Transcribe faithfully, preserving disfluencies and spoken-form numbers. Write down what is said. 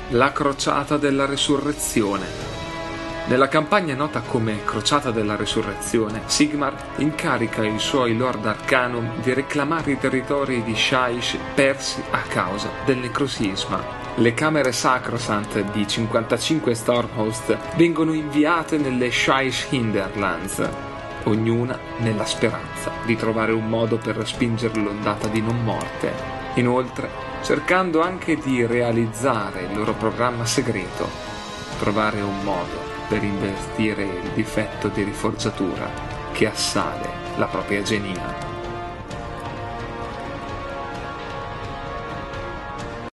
La crociata della resurrezione. Nella campagna nota come Crociata della Resurrezione, Sigmar incarica i suoi Lord Arcanum di reclamare i territori di Shyish persi a causa del necrosisma. Le camere Sacrosanct di cinquantacinque Stormhost vengono inviate nelle Shyish Hinterlands, ognuna nella speranza di trovare un modo per spingere l'ondata di non morte. Inoltre, cercando anche di realizzare il loro programma segreto, trovare un modo per invertire il difetto di riforzatura che assale la propria genina.